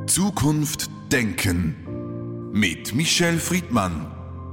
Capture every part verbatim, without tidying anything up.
Zukunft denken mit Michel Friedmann.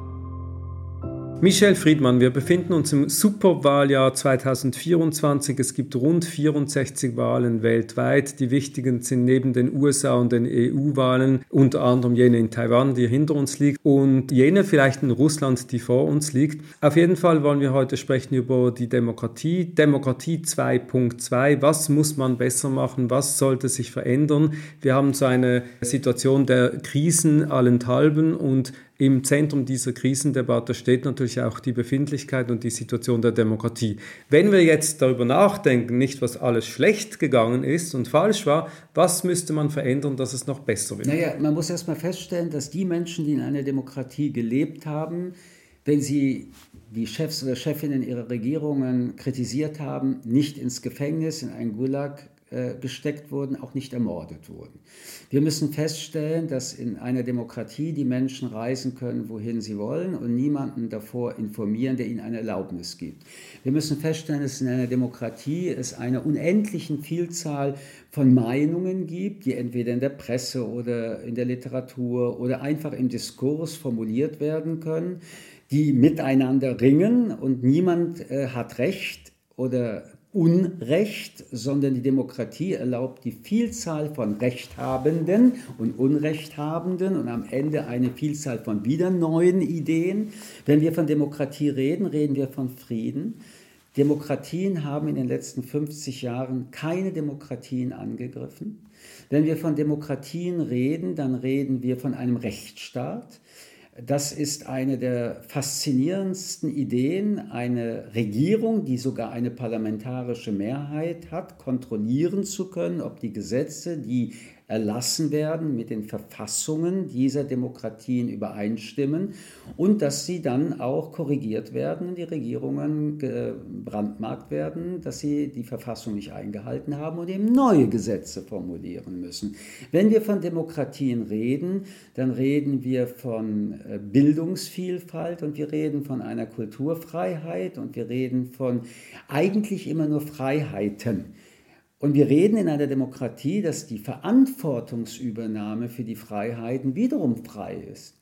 Michel Friedmann, wir befinden uns im Superwahljahr zwanzig vierundzwanzig. Es gibt rund vierundsechzig Wahlen weltweit. Die wichtigen sind neben den U S A und den E U-Wahlen unter anderem jene in Taiwan, die hinter uns liegt, und jene vielleicht in Russland, die vor uns liegt. Auf jeden Fall wollen wir heute sprechen über die Demokratie. Demokratie zwei Punkt zwei. Was muss man besser machen? Was sollte sich verändern? Wir haben so eine Situation der Krisen allenthalben, und im Zentrum dieser Krisendebatte steht natürlich auch die Befindlichkeit und die Situation der Demokratie. Wenn wir jetzt darüber nachdenken, nicht was alles schlecht gegangen ist und falsch war, was müsste man verändern, dass es noch besser wird? Naja, man muss erst mal feststellen, dass die Menschen, die in einer Demokratie gelebt haben, wenn sie die Chefs oder Chefinnen ihrer Regierungen kritisiert haben, nicht ins Gefängnis, in einen Gulag gesteckt wurden, auch nicht ermordet wurden. Wir müssen feststellen, dass in einer Demokratie die Menschen reisen können, wohin sie wollen, und niemanden davor informieren, der ihnen eine Erlaubnis gibt. Wir müssen feststellen, dass in einer Demokratie es eine unendlichen Vielzahl von Meinungen gibt, die entweder in der Presse oder in der Literatur oder einfach im Diskurs formuliert werden können, die miteinander ringen, und niemand äh, hat Recht oder Unrecht, sondern die Demokratie erlaubt die Vielzahl von Rechthabenden und Unrechthabenden und am Ende eine Vielzahl von wieder neuen Ideen. Wenn wir von Demokratie reden, reden wir von Frieden. Demokratien haben in den letzten fünfzig Jahren keine Demokratien angegriffen. Wenn wir von Demokratien reden, dann reden wir von einem Rechtsstaat. Das ist eine der faszinierendsten Ideen, eine Regierung, die sogar eine parlamentarische Mehrheit hat, kontrollieren zu können, ob die Gesetze, die erlassen werden, mit den Verfassungen dieser Demokratien übereinstimmen, und dass sie dann auch korrigiert werden und die Regierungen gebrandmarkt werden, dass sie die Verfassung nicht eingehalten haben und eben neue Gesetze formulieren müssen. Wenn wir von Demokratien reden, dann reden wir von Bildungsvielfalt und wir reden von einer Kulturfreiheit und wir reden von eigentlich immer nur Freiheiten. Und wir reden in einer Demokratie, dass die Verantwortungsübernahme für die Freiheiten wiederum frei ist.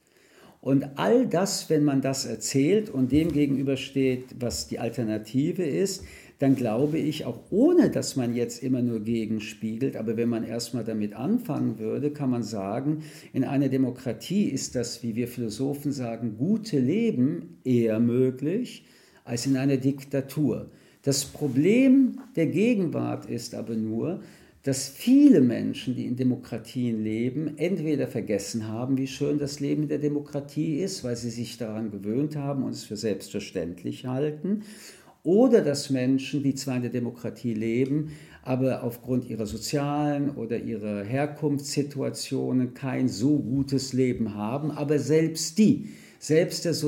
Und all das, wenn man das erzählt und dem gegenübersteht, was die Alternative ist, dann glaube ich, auch ohne dass man jetzt immer nur gegenspiegelt, aber wenn man erstmal damit anfangen würde, kann man sagen, in einer Demokratie ist das, wie wir Philosophen sagen, gute Leben eher möglich als in einer Diktatur. Das Problem der Gegenwart ist aber nur, dass viele Menschen, die in Demokratien leben, entweder vergessen haben, wie schön das Leben in der Demokratie ist, weil sie sich daran gewöhnt haben und es für selbstverständlich halten, oder dass Menschen, die zwar in der Demokratie leben, aber aufgrund ihrer sozialen oder ihrer Herkunftssituationen kein so gutes Leben haben, aber selbst die, Selbst der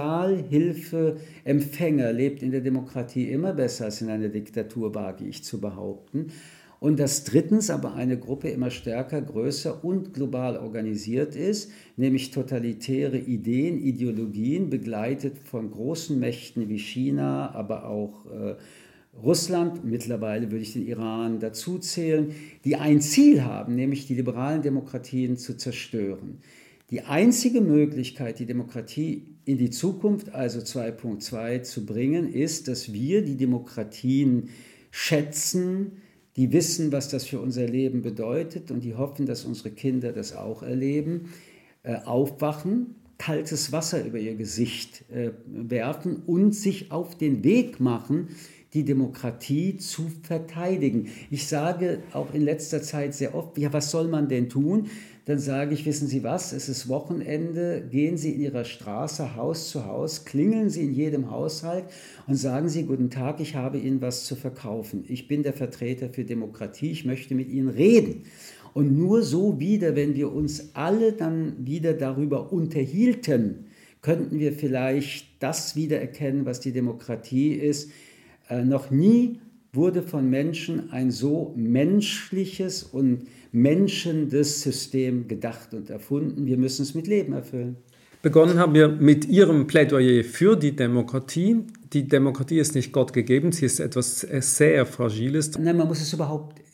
Sozialhilfeempfänger lebt in der Demokratie immer besser als in einer Diktatur, wage ich zu behaupten. Und dass drittens aber eine Gruppe immer stärker, größer und global organisiert ist, nämlich totalitäre Ideen, Ideologien, begleitet von großen Mächten wie China, aber auch äh, Russland, mittlerweile würde ich den Iran dazu zählen, die ein Ziel haben, nämlich die liberalen Demokratien zu zerstören. Die einzige Möglichkeit, die Demokratie in die Zukunft, also zwei Punkt zwei, zu bringen, ist, dass wir die Demokratien schätzen, die wissen, was das für unser Leben bedeutet und die hoffen, dass unsere Kinder das auch erleben, äh, aufwachen, kaltes Wasser über ihr Gesicht äh, werfen und sich auf den Weg machen, die Demokratie zu verteidigen. Ich sage auch in letzter Zeit sehr oft, ja, was soll man denn tun? Dann sage ich, wissen Sie was, es ist Wochenende, gehen Sie in Ihrer Straße Haus zu Haus, klingeln Sie in jedem Haushalt und sagen Sie, guten Tag, ich habe Ihnen was zu verkaufen. Ich bin der Vertreter für Demokratie, ich möchte mit Ihnen reden. Und nur so wieder, wenn wir uns alle dann wieder darüber unterhielten, könnten wir vielleicht das wiedererkennen, was die Demokratie ist. Äh, noch nie wurde von Menschen ein so menschliches und menschendes System gedacht und erfunden. Wir müssen es mit Leben erfüllen. Begonnen haben wir mit Ihrem Plädoyer für die Demokratie. Die Demokratie ist nicht Gott gegeben, sie ist etwas sehr Fragiles. Nein, man muss es überhaupt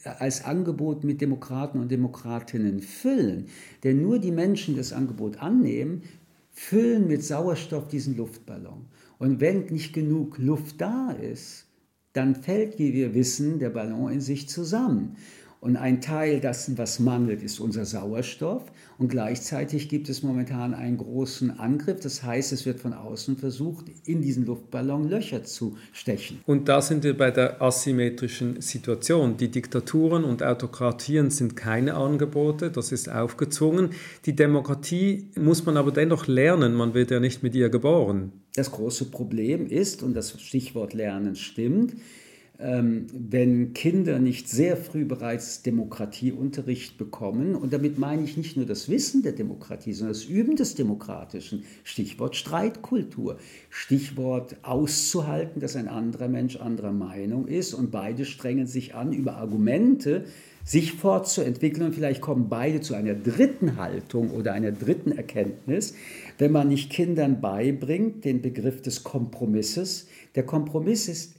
als Angebot mit Demokraten und Demokratinnen füllen. Denn nur die Menschen, die das Angebot annehmen, füllen mit Sauerstoff diesen Luftballon. Und wenn nicht genug Luft da ist, dann fällt, wie wir wissen, der Ballon in sich zusammen. Und ein Teil dessen, was mangelt, ist unser Sauerstoff. Und gleichzeitig gibt es momentan einen großen Angriff. Das heißt, es wird von außen versucht, in diesen Luftballon Löcher zu stechen. Und da sind wir bei der asymmetrischen Situation. Die Diktaturen und Autokratien sind keine Angebote, das ist aufgezwungen. Die Demokratie muss man aber dennoch lernen, man wird ja nicht mit ihr geboren. Das große Problem ist, und das Stichwort Lernen stimmt, Ähm, wenn Kinder nicht sehr früh bereits Demokratieunterricht bekommen, und damit meine ich nicht nur das Wissen der Demokratie, sondern das Üben des Demokratischen, Stichwort Streitkultur, Stichwort auszuhalten, dass ein anderer Mensch anderer Meinung ist und beide strengen sich an, über Argumente sich fortzuentwickeln und vielleicht kommen beide zu einer dritten Haltung oder einer dritten Erkenntnis, wenn man nicht Kindern beibringt, den Begriff des Kompromisses. Der Kompromiss ist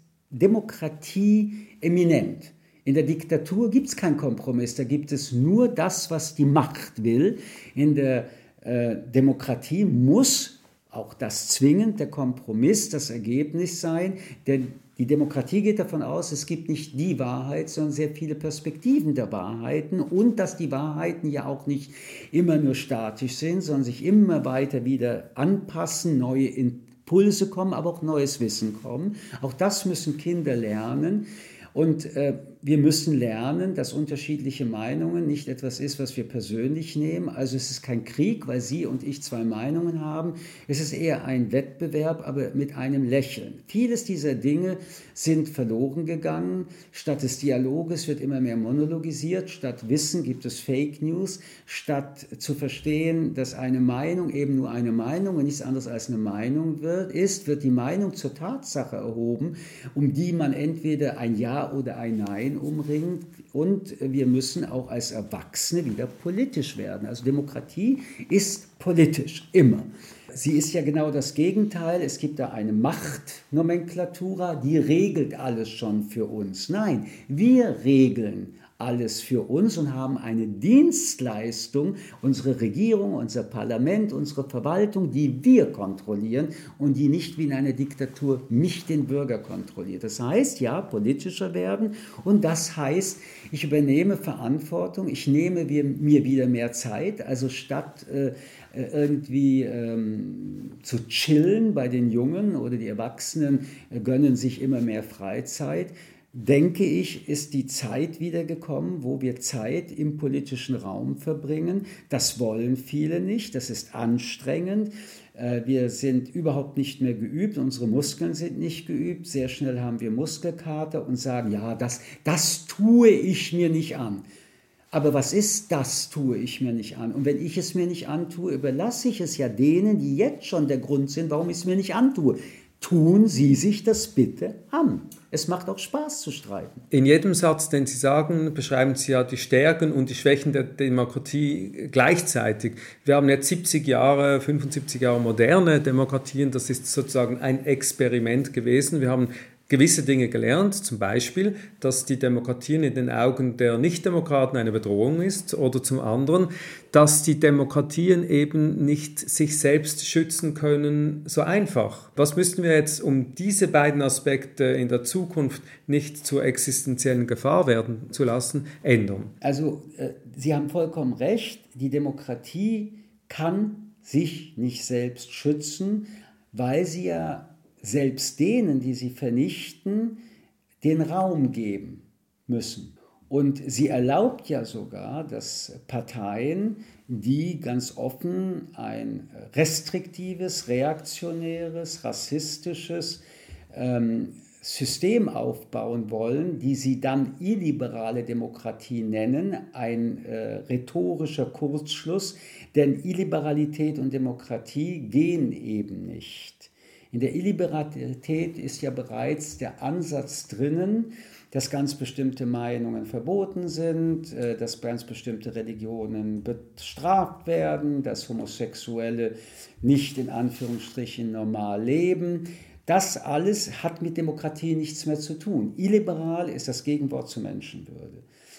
Demokratie eminent. In der Diktatur gibt es keinen Kompromiss, da gibt es nur das, was die Macht will. In der äh, Demokratie muss auch das zwingend der Kompromiss das Ergebnis sein, denn die Demokratie geht davon aus, es gibt nicht die Wahrheit, sondern sehr viele Perspektiven der Wahrheiten und dass die Wahrheiten ja auch nicht immer nur statisch sind, sondern sich immer weiter wieder anpassen, neue Impulse kommen, aber auch neues Wissen kommen. Auch das müssen Kinder lernen. Und äh, wir müssen lernen, dass unterschiedliche Meinungen nicht etwas ist, was wir persönlich nehmen. Also es ist kein Krieg, weil Sie und ich zwei Meinungen haben. Es ist eher ein Wettbewerb, aber mit einem Lächeln. Vieles dieser Dinge sind verloren gegangen. Statt des Dialoges wird immer mehr monologisiert. Statt Wissen gibt es Fake News. Statt zu verstehen, dass eine Meinung eben nur eine Meinung und nichts anderes als eine Meinung wird, ist, wird die Meinung zur Tatsache erhoben, um die man entweder ein Ja oder ein Nein umringt, und wir müssen auch als Erwachsene wieder politisch werden. Also Demokratie ist politisch, immer. Sie ist ja genau das Gegenteil. Es gibt da eine Machtnomenklatura, die regelt alles schon für uns. Nein, wir regeln alles für uns und haben eine Dienstleistung, unsere Regierung, unser Parlament, unsere Verwaltung, die wir kontrollieren und die nicht wie in einer Diktatur mich, den Bürger, kontrolliert. Das heißt, ja, politischer werden, und das heißt, ich übernehme Verantwortung, ich nehme mir wieder mehr Zeit, also statt äh, irgendwie ähm, zu chillen bei den Jungen oder die Erwachsenen äh, gönnen sich immer mehr Freizeit, denke ich, ist die Zeit wiedergekommen, wo wir Zeit im politischen Raum verbringen. Das wollen viele nicht, das ist anstrengend. Wir sind überhaupt nicht mehr geübt, unsere Muskeln sind nicht geübt. Sehr schnell haben wir Muskelkater und sagen, ja, das, das tue ich mir nicht an. Aber was ist, das tue ich mir nicht an? Und wenn ich es mir nicht antue, überlasse ich es ja denen, die jetzt schon der Grund sind, warum ich es mir nicht antue. Tun Sie sich das bitte an. Es macht auch Spaß zu streiten. In jedem Satz, den Sie sagen, beschreiben Sie ja die Stärken und die Schwächen der Demokratie gleichzeitig. Wir haben jetzt siebzig Jahre, fünfundsiebzig Jahre moderne Demokratien. Das ist sozusagen ein Experiment gewesen. Wir haben gewisse Dinge gelernt, zum Beispiel, dass die Demokratie in den Augen der Nichtdemokraten eine Bedrohung ist, oder zum anderen, dass die Demokratien eben nicht sich selbst schützen können, so einfach. Was müssten wir jetzt, um diese beiden Aspekte in der Zukunft nicht zur existenziellen Gefahr werden zu lassen, ändern? Also, äh, Sie haben vollkommen recht, die Demokratie kann sich nicht selbst schützen, weil sie ja selbst denen, die sie vernichten, den Raum geben müssen. Und sie erlaubt ja sogar, dass Parteien, die ganz offen ein restriktives, reaktionäres, rassistisches ähm, System aufbauen wollen, die sie dann illiberale Demokratie nennen, ein äh, rhetorischer Kurzschluss, denn Illiberalität und Demokratie gehen eben nicht. In der Illiberalität ist ja bereits der Ansatz drinnen, dass ganz bestimmte Meinungen verboten sind, dass ganz bestimmte Religionen bestraft werden, dass Homosexuelle nicht in Anführungsstrichen normal leben. Das alles hat mit Demokratie nichts mehr zu tun. Illiberal ist das Gegenwort zur Menschenwürde.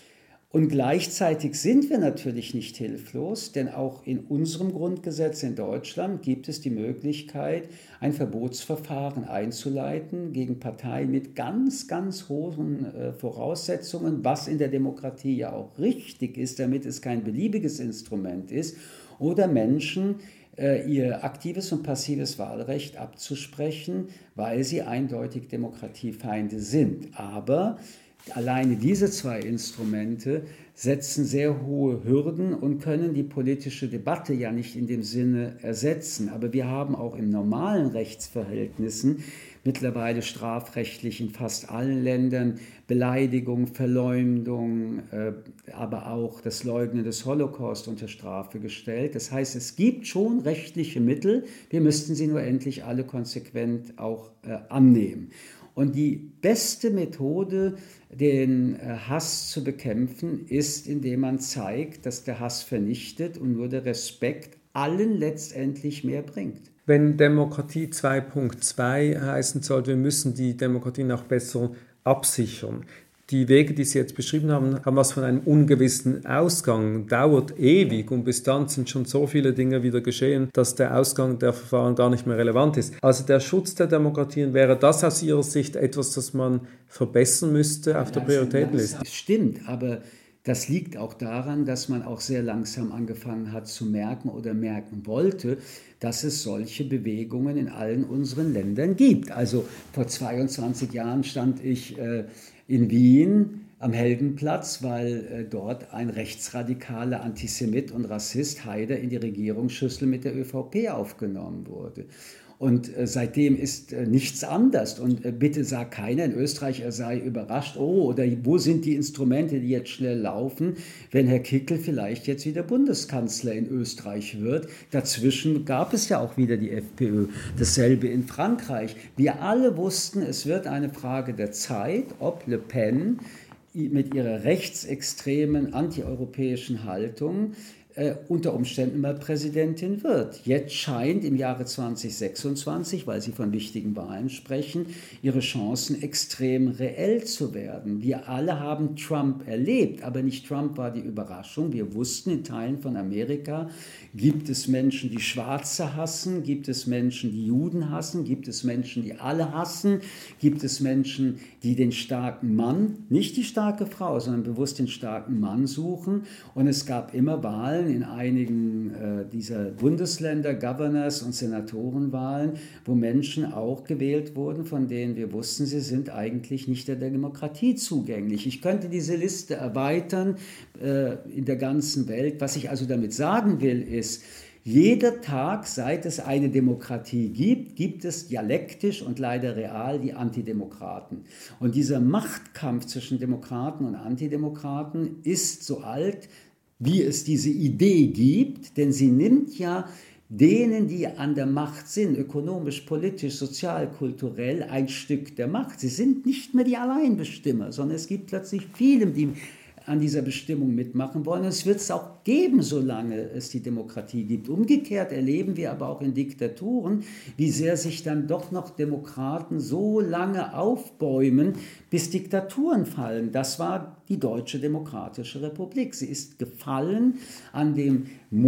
Und gleichzeitig sind wir natürlich nicht hilflos, denn auch in unserem Grundgesetz in Deutschland gibt es die Möglichkeit, ein Verbotsverfahren einzuleiten gegen Parteien mit ganz, ganz hohen äh, Voraussetzungen, was in der Demokratie ja auch richtig ist, damit es kein beliebiges Instrument ist, oder Menschen äh, ihr aktives und passives Wahlrecht abzusprechen, weil sie eindeutig Demokratiefeinde sind. Aber alleine diese zwei Instrumente setzen sehr hohe Hürden und können die politische Debatte ja nicht in dem Sinne ersetzen. Aber wir haben auch in normalen Rechtsverhältnissen mittlerweile strafrechtlich in fast allen Ländern Beleidigung, Verleumdung, äh, aber auch das Leugnen des Holocaust unter Strafe gestellt. Das heißt, es gibt schon rechtliche Mittel, wir müssten sie nur endlich alle konsequent auch äh, annehmen. Und die beste Methode, den Hass zu bekämpfen, ist, indem man zeigt, dass der Hass vernichtet und nur der Respekt allen letztendlich mehr bringt. Wenn Demokratie zwei Punkt zwei heißen soll, wir müssen die Demokratie noch besser absichern. Die Wege, die Sie jetzt beschrieben haben, haben was von einem ungewissen Ausgang, dauert ewig und bis dann sind schon so viele Dinge wieder geschehen, dass der Ausgang der Verfahren gar nicht mehr relevant ist. Also der Schutz der Demokratien, wäre das aus Ihrer Sicht etwas, das man verbessern müsste auf der Prioritätenliste? Das stimmt, aber das liegt auch daran, dass man auch sehr langsam angefangen hat zu merken oder merken wollte, dass es solche Bewegungen in allen unseren Ländern gibt. Also vor zweiundzwanzig Jahren stand ich äh, in Wien am Heldenplatz, weil äh, dort ein rechtsradikaler Antisemit und Rassist, Haider, in die Regierungsschüssel mit der ÖVP aufgenommen wurde. Und äh, seitdem ist äh, nichts anders. Und äh, bitte sagt keiner in Österreich, er sei überrascht, oh, oder wo sind die Instrumente, die jetzt schnell laufen, wenn Herr Kickl vielleicht jetzt wieder Bundeskanzler in Österreich wird. Dazwischen gab es ja auch wieder die FPÖ. Dasselbe in Frankreich. Wir alle wussten, es wird eine Frage der Zeit, ob Le Pen mit ihrer rechtsextremen, antieuropäischen Haltung Äh, unter Umständen mal Präsidentin wird. Jetzt scheint im Jahre zweitausendsechsundzwanzig, weil Sie von wichtigen Wahlen sprechen, ihre Chancen extrem reell zu werden. Wir alle haben Trump erlebt, aber nicht Trump war die Überraschung. Wir wussten, in Teilen von Amerika gibt es Menschen, die Schwarze hassen, gibt es Menschen, die Juden hassen, gibt es Menschen, die alle hassen, gibt es Menschen, die den starken Mann, nicht die starke Frau, sondern bewusst den starken Mann suchen. Und es gab immer Wahlen in einigen äh, dieser Bundesländer, Governors- und Senatorenwahlen, wo Menschen auch gewählt wurden, von denen wir wussten, sie sind eigentlich nicht der Demokratie zugänglich. Ich könnte diese Liste erweitern äh, in der ganzen Welt. Was ich also damit sagen will, ist, jeder Tag, seit es eine Demokratie gibt, gibt es dialektisch und leider real die Antidemokraten. Und dieser Machtkampf zwischen Demokraten und Antidemokraten ist so alt, wie es diese Idee gibt, denn sie nimmt ja denen, die an der Macht sind, ökonomisch, politisch, sozial, kulturell, ein Stück der Macht. Sie sind nicht mehr die Alleinbestimmer, sondern es gibt plötzlich viele, die an dieser Bestimmung mitmachen wollen. Und es wird es auch geben, solange es die Demokratie gibt. Umgekehrt erleben wir aber auch in Diktaturen, wie sehr sich dann doch noch Demokraten so lange aufbäumen, bis Diktaturen fallen. Das war die Deutsche Demokratische Republik. Sie ist gefallen an den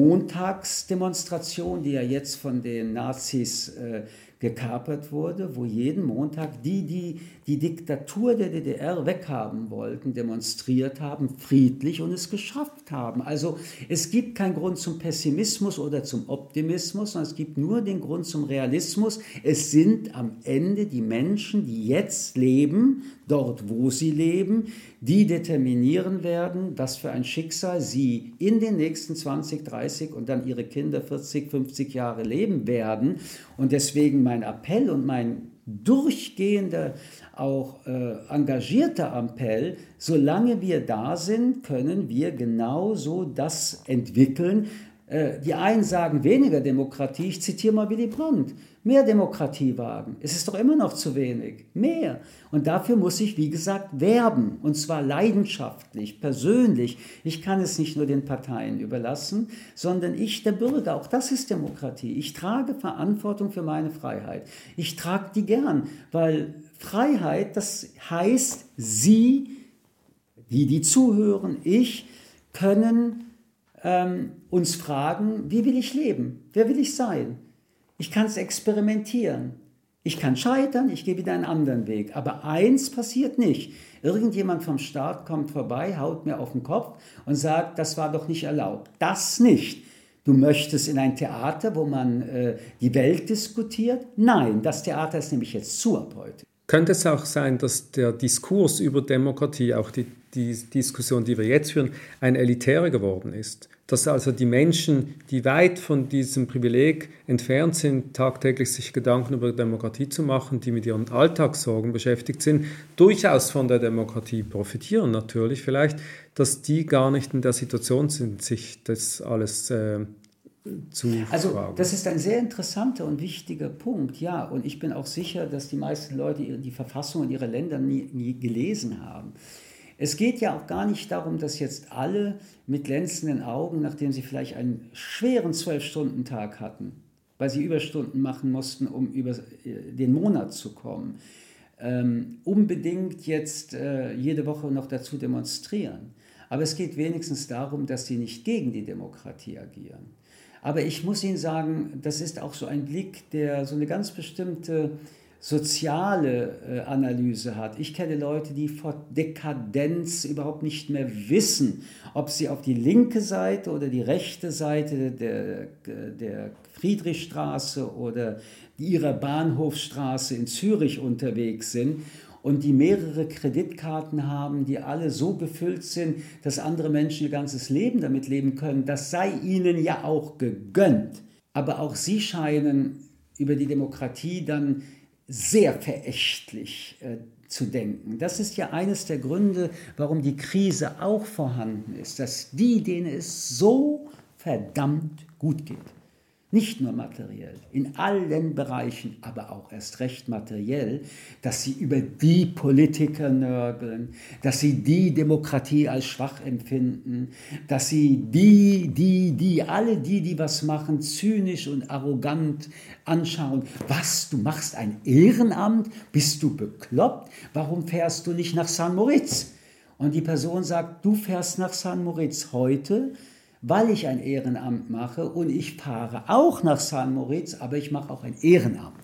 Montagsdemonstrationen, die ja jetzt von den Nazis äh, gekapert wurde, wo jeden Montag die, die die Diktatur der D D R weghaben wollten, demonstriert haben, friedlich und es geschafft haben. Also es gibt keinen Grund zum Pessimismus oder zum Optimismus, sondern es gibt nur den Grund zum Realismus. Es sind am Ende die Menschen, die jetzt leben, dort wo sie leben, die determinieren werden, was für ein Schicksal sie in den nächsten zwanzig, dreißig und dann ihre Kinder vierzig, fünfzig Jahre leben werden. Und deswegen mein Appell und mein durchgehender, auch äh, engagierter Appell, solange wir da sind, können wir genauso das entwickeln. Äh, die einen sagen weniger Demokratie, ich zitiere mal Willy Brandt, mehr Demokratie wagen. Es ist doch immer noch zu wenig, mehr. Und dafür muss ich, wie gesagt, werben, und zwar leidenschaftlich, persönlich. Ich kann es nicht nur den Parteien überlassen, sondern ich, der Bürger, auch das ist Demokratie. Ich trage Verantwortung für meine Freiheit. Ich trage die gern, weil Freiheit, das heißt, Sie, die, die zuhören, ich, können ähm, uns fragen, wie will ich leben? Wer will ich sein? Ich kann es experimentieren. Ich kann scheitern, ich gehe wieder einen anderen Weg. Aber eins passiert nicht. Irgendjemand vom Staat kommt vorbei, haut mir auf den Kopf und sagt, das war doch nicht erlaubt. Das nicht. Du möchtest in ein Theater, wo man äh, die Welt diskutiert? Nein, das Theater ist nämlich jetzt zu ab heute. Könnte es auch sein, dass der Diskurs über Demokratie, auch die, die Diskussion, die wir jetzt führen, ein elitärer geworden ist? Dass also die Menschen, die weit von diesem Privileg entfernt sind, tagtäglich sich Gedanken über Demokratie zu machen, die mit ihren Alltagssorgen beschäftigt sind, durchaus von der Demokratie profitieren natürlich vielleicht, dass die gar nicht in der Situation sind, sich das alles äh, zu Also fragen. das ist ein sehr interessanter und wichtiger Punkt, ja. Und ich bin auch sicher, dass die meisten Leute die Verfassung ihrer Länder nie, nie gelesen haben. Es geht ja auch gar nicht darum, dass jetzt alle mit glänzenden Augen, nachdem sie vielleicht einen schweren Zwölf-Stunden-Tag hatten, weil sie Überstunden machen mussten, um über den Monat zu kommen, ähm, unbedingt jetzt äh, jede Woche noch dazu demonstrieren. Aber es geht wenigstens darum, dass sie nicht gegen die Demokratie agieren. Aber ich muss Ihnen sagen, das ist auch so ein Blick, der so eine ganz bestimmte soziale äh, Analyse hat. Ich kenne Leute, die vor Dekadenz überhaupt nicht mehr wissen, ob sie auf die linke Seite oder die rechte Seite der, der Friedrichstraße oder ihrer Bahnhofstraße in Zürich unterwegs sind und die mehrere Kreditkarten haben, die alle so gefüllt sind, dass andere Menschen ihr ganzes Leben damit leben können. Das sei ihnen ja auch gegönnt. Aber auch sie scheinen über die Demokratie dann sehr verächtlich äh, zu denken. Das ist ja eines der Gründe, warum die Krise auch vorhanden ist, dass die, denen es so verdammt gut geht, nicht nur materiell, in allen Bereichen, aber auch erst recht materiell, dass sie über die Politiker nörgeln, dass sie die Demokratie als schwach empfinden, dass sie die, die, die, alle die, die was machen, zynisch und arrogant anschauen. Was, du machst ein Ehrenamt? Bist du bekloppt? Warum fährst du nicht nach San Moritz? Und die Person sagt, du fährst nach San Moritz heute, weil ich ein Ehrenamt mache und ich fahre auch nach San Moritz, aber ich mache auch ein Ehrenamt.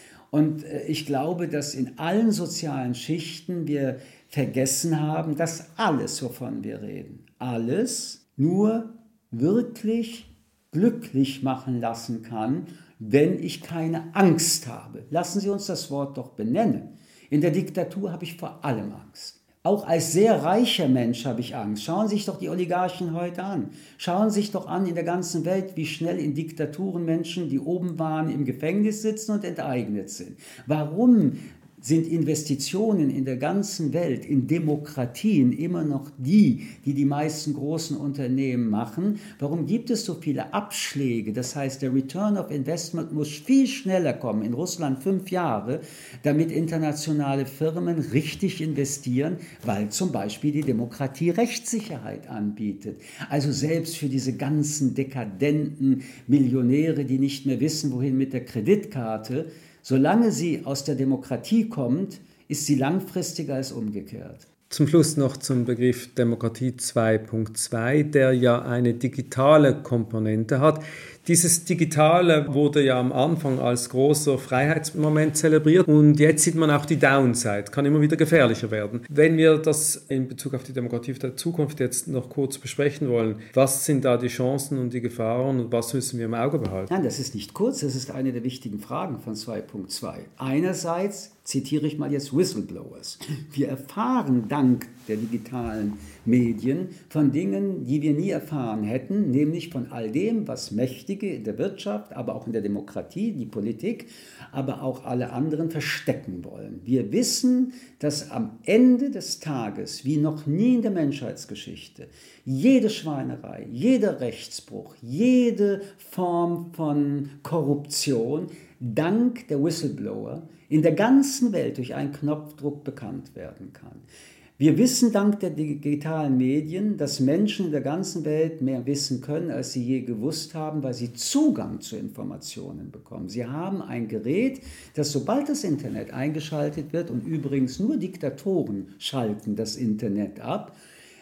Und ich glaube, dass in allen sozialen Schichten wir vergessen haben, dass alles, wovon wir reden, alles nur wirklich glücklich machen lassen kann, wenn ich keine Angst habe. Lassen Sie uns das Wort doch benennen. In der Diktatur habe ich vor allem Angst. Auch als sehr reicher Mensch habe ich Angst. Schauen Sie sich doch die Oligarchen heute an. Schauen Sie sich doch an in der ganzen Welt, wie schnell in Diktaturen Menschen, die oben waren, im Gefängnis sitzen und enteignet sind. Warum sind Investitionen in der ganzen Welt, in Demokratien immer noch die, die die meisten großen Unternehmen machen? Warum gibt es so viele Abschläge? Das heißt, der Return of Investment muss viel schneller kommen, in Russland fünf Jahre, damit internationale Firmen richtig investieren, weil zum Beispiel die Demokratie Rechtssicherheit anbietet. Also selbst für diese ganzen dekadenten Millionäre, die nicht mehr wissen, wohin mit der Kreditkarte, solange sie aus der Demokratie kommt, ist sie langfristiger als umgekehrt. Zum Schluss noch zum Begriff Demokratie zwei Punkt zwei, der ja eine digitale Komponente hat. Dieses Digitale wurde ja am Anfang als großer Freiheitsmoment zelebriert und jetzt sieht man auch die Downside, kann immer wieder gefährlicher werden. Wenn wir das in Bezug auf die Demokratie der Zukunft jetzt noch kurz besprechen wollen, was sind da die Chancen und die Gefahren und was müssen wir im Auge behalten? Nein, das ist nicht kurz, das ist eine der wichtigen Fragen von zwei Punkt zwei. Einerseits zitiere ich mal jetzt Whistleblowers. Wir erfahren dank der digitalen Medien von Dingen, die wir nie erfahren hätten, nämlich von all dem, was Mächtige in der Wirtschaft, aber auch in der Demokratie, die Politik, aber auch alle anderen verstecken wollen. Wir wissen, dass am Ende des Tages, wie noch nie in der Menschheitsgeschichte, jede Schweinerei, jeder Rechtsbruch, jede Form von Korruption dank der Whistleblower in der ganzen Welt durch einen Knopfdruck bekannt werden kann. Wir wissen dank der digitalen Medien, dass Menschen in der ganzen Welt mehr wissen können, als sie je gewusst haben, weil sie Zugang zu Informationen bekommen. Sie haben ein Gerät, das sobald das Internet eingeschaltet wird, und übrigens nur Diktatoren schalten das Internet ab,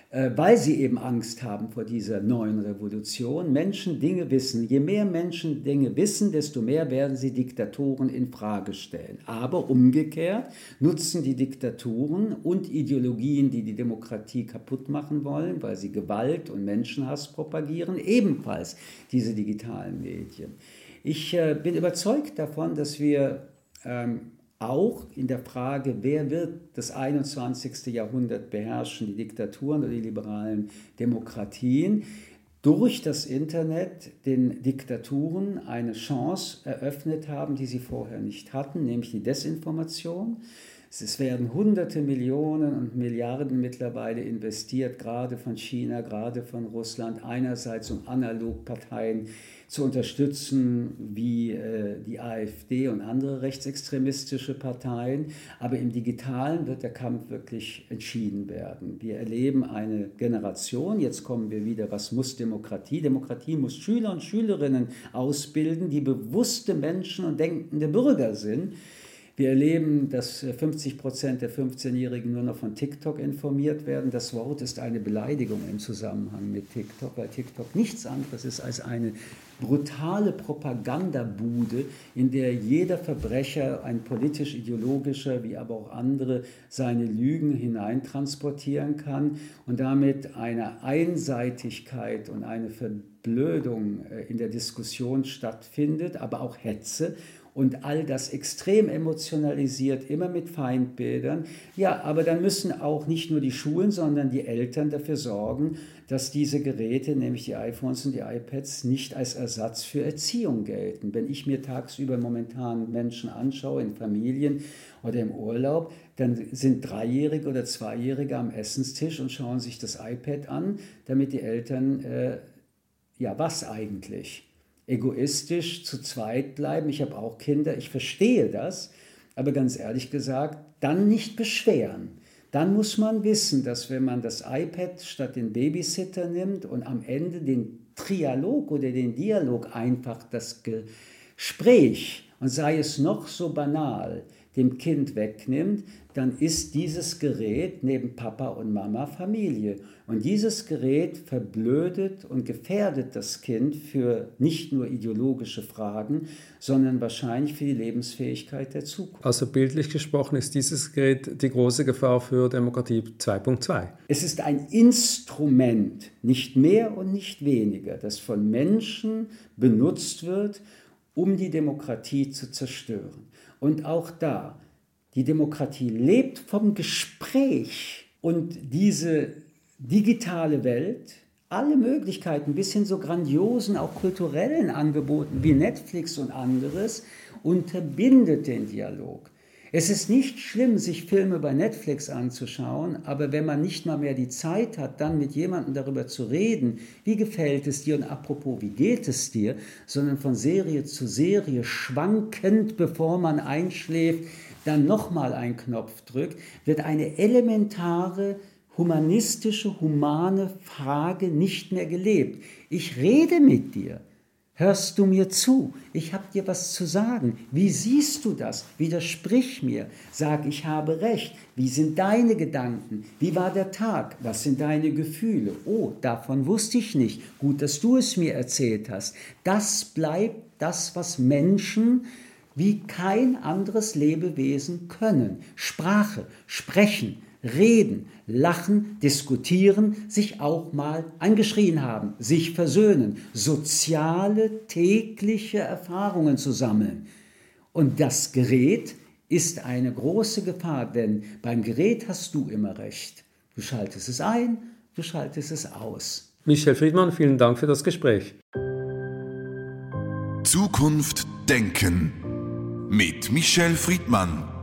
weil sie eben Angst haben vor dieser neuen Revolution. Menschen Dinge wissen. Je mehr Menschen Dinge wissen, desto mehr werden sie Diktatoren in Frage stellen. Aber umgekehrt nutzen die Diktaturen und Ideologien, die die Demokratie kaputt machen wollen, weil sie Gewalt und Menschenhass propagieren, ebenfalls diese digitalen Medien. Ich äh, bin überzeugt davon, dass wir ähm, auch in der Frage, wer wird das einundzwanzigste Jahrhundert beherrschen, die Diktaturen oder die liberalen Demokratien, durch das Internet den Diktaturen eine Chance eröffnet haben, die sie vorher nicht hatten, nämlich die Desinformation. Es werden hunderte Millionen und Milliarden mittlerweile investiert, gerade von China, gerade von Russland, einerseits um Analogparteien zu unterstützen, wie äh, die AfD und andere rechtsextremistische Parteien. Aber im Digitalen wird der Kampf wirklich entschieden werden. Wir erleben eine Generation, jetzt kommen wir wieder, was muss Demokratie? Demokratie muss Schüler und Schülerinnen ausbilden, die bewusste Menschen und denkende Bürger sind. Wir erleben, dass fünfzig Prozent der fünfzehnjährigen nur noch von TikTok informiert werden. Das Wort ist eine Beleidigung im Zusammenhang mit TikTok, weil TikTok nichts anderes ist als eine brutale Propagandabude, in der jeder Verbrecher, ein politisch-ideologischer wie aber auch andere, seine Lügen hineintransportieren kann und damit eine Einseitigkeit und eine Verblödung in der Diskussion stattfindet, aber auch Hetze. Und all das extrem emotionalisiert, immer mit Feindbildern. Ja, aber dann müssen auch nicht nur die Schulen, sondern die Eltern dafür sorgen, dass diese Geräte, nämlich die iPhones und die iPads, nicht als Ersatz für Erziehung gelten. Wenn ich mir tagsüber momentan Menschen anschaue, in Familien oder im Urlaub, dann sind Dreijährige oder Zweijährige am Essenstisch und schauen sich das iPad an, damit die Eltern, äh, ja, was eigentlich? Egoistisch zu zweit bleiben. Ich habe auch Kinder, ich verstehe das, aber ganz ehrlich gesagt, dann nicht beschweren. Dann muss man wissen, dass wenn man das iPad statt den Babysitter nimmt und am Ende den Trialog oder den Dialog einfach das Gespräch, und sei es noch so banal, dem Kind wegnimmt, dann ist dieses Gerät neben Papa und Mama Familie. Und dieses Gerät verblödet und gefährdet das Kind für nicht nur ideologische Fragen, sondern wahrscheinlich für die Lebensfähigkeit der Zukunft. Also bildlich gesprochen ist dieses Gerät die große Gefahr für Demokratie zwei Punkt zwei. Es ist ein Instrument, nicht mehr und nicht weniger, das von Menschen benutzt wird, um die Demokratie zu zerstören. Und auch da, die Demokratie lebt vom Gespräch und diese digitale Welt, alle Möglichkeiten bis hin zu grandiosen, auch kulturellen Angeboten wie Netflix und anderes, unterbindet den Dialog. Es ist nicht schlimm, sich Filme bei Netflix anzuschauen, aber wenn man nicht mal mehr die Zeit hat, dann mit jemandem darüber zu reden, wie gefällt es dir und apropos, wie geht es dir, sondern von Serie zu Serie schwankend, bevor man einschläft, dann nochmal einen Knopf drückt, wird eine elementare, humanistische, humane Frage nicht mehr gelebt. Ich rede mit dir. Hörst du mir zu? Ich habe dir was zu sagen. Wie siehst du das? Widersprich mir. Sag, ich habe recht. Wie sind deine Gedanken? Wie war der Tag? Was sind deine Gefühle? Oh, davon wusste ich nicht. Gut, dass du es mir erzählt hast. Das bleibt das, was Menschen wie kein anderes Lebewesen können. Sprache, sprechen, reden, lachen, diskutieren, sich auch mal angeschrien haben, sich versöhnen, soziale, tägliche Erfahrungen zu sammeln. Und das Gerät ist eine große Gefahr, denn beim Gerät hast du immer recht. Du schaltest es ein, du schaltest es aus. Michel Friedmann, vielen Dank für das Gespräch. Zukunft denken mit Michel Friedmann.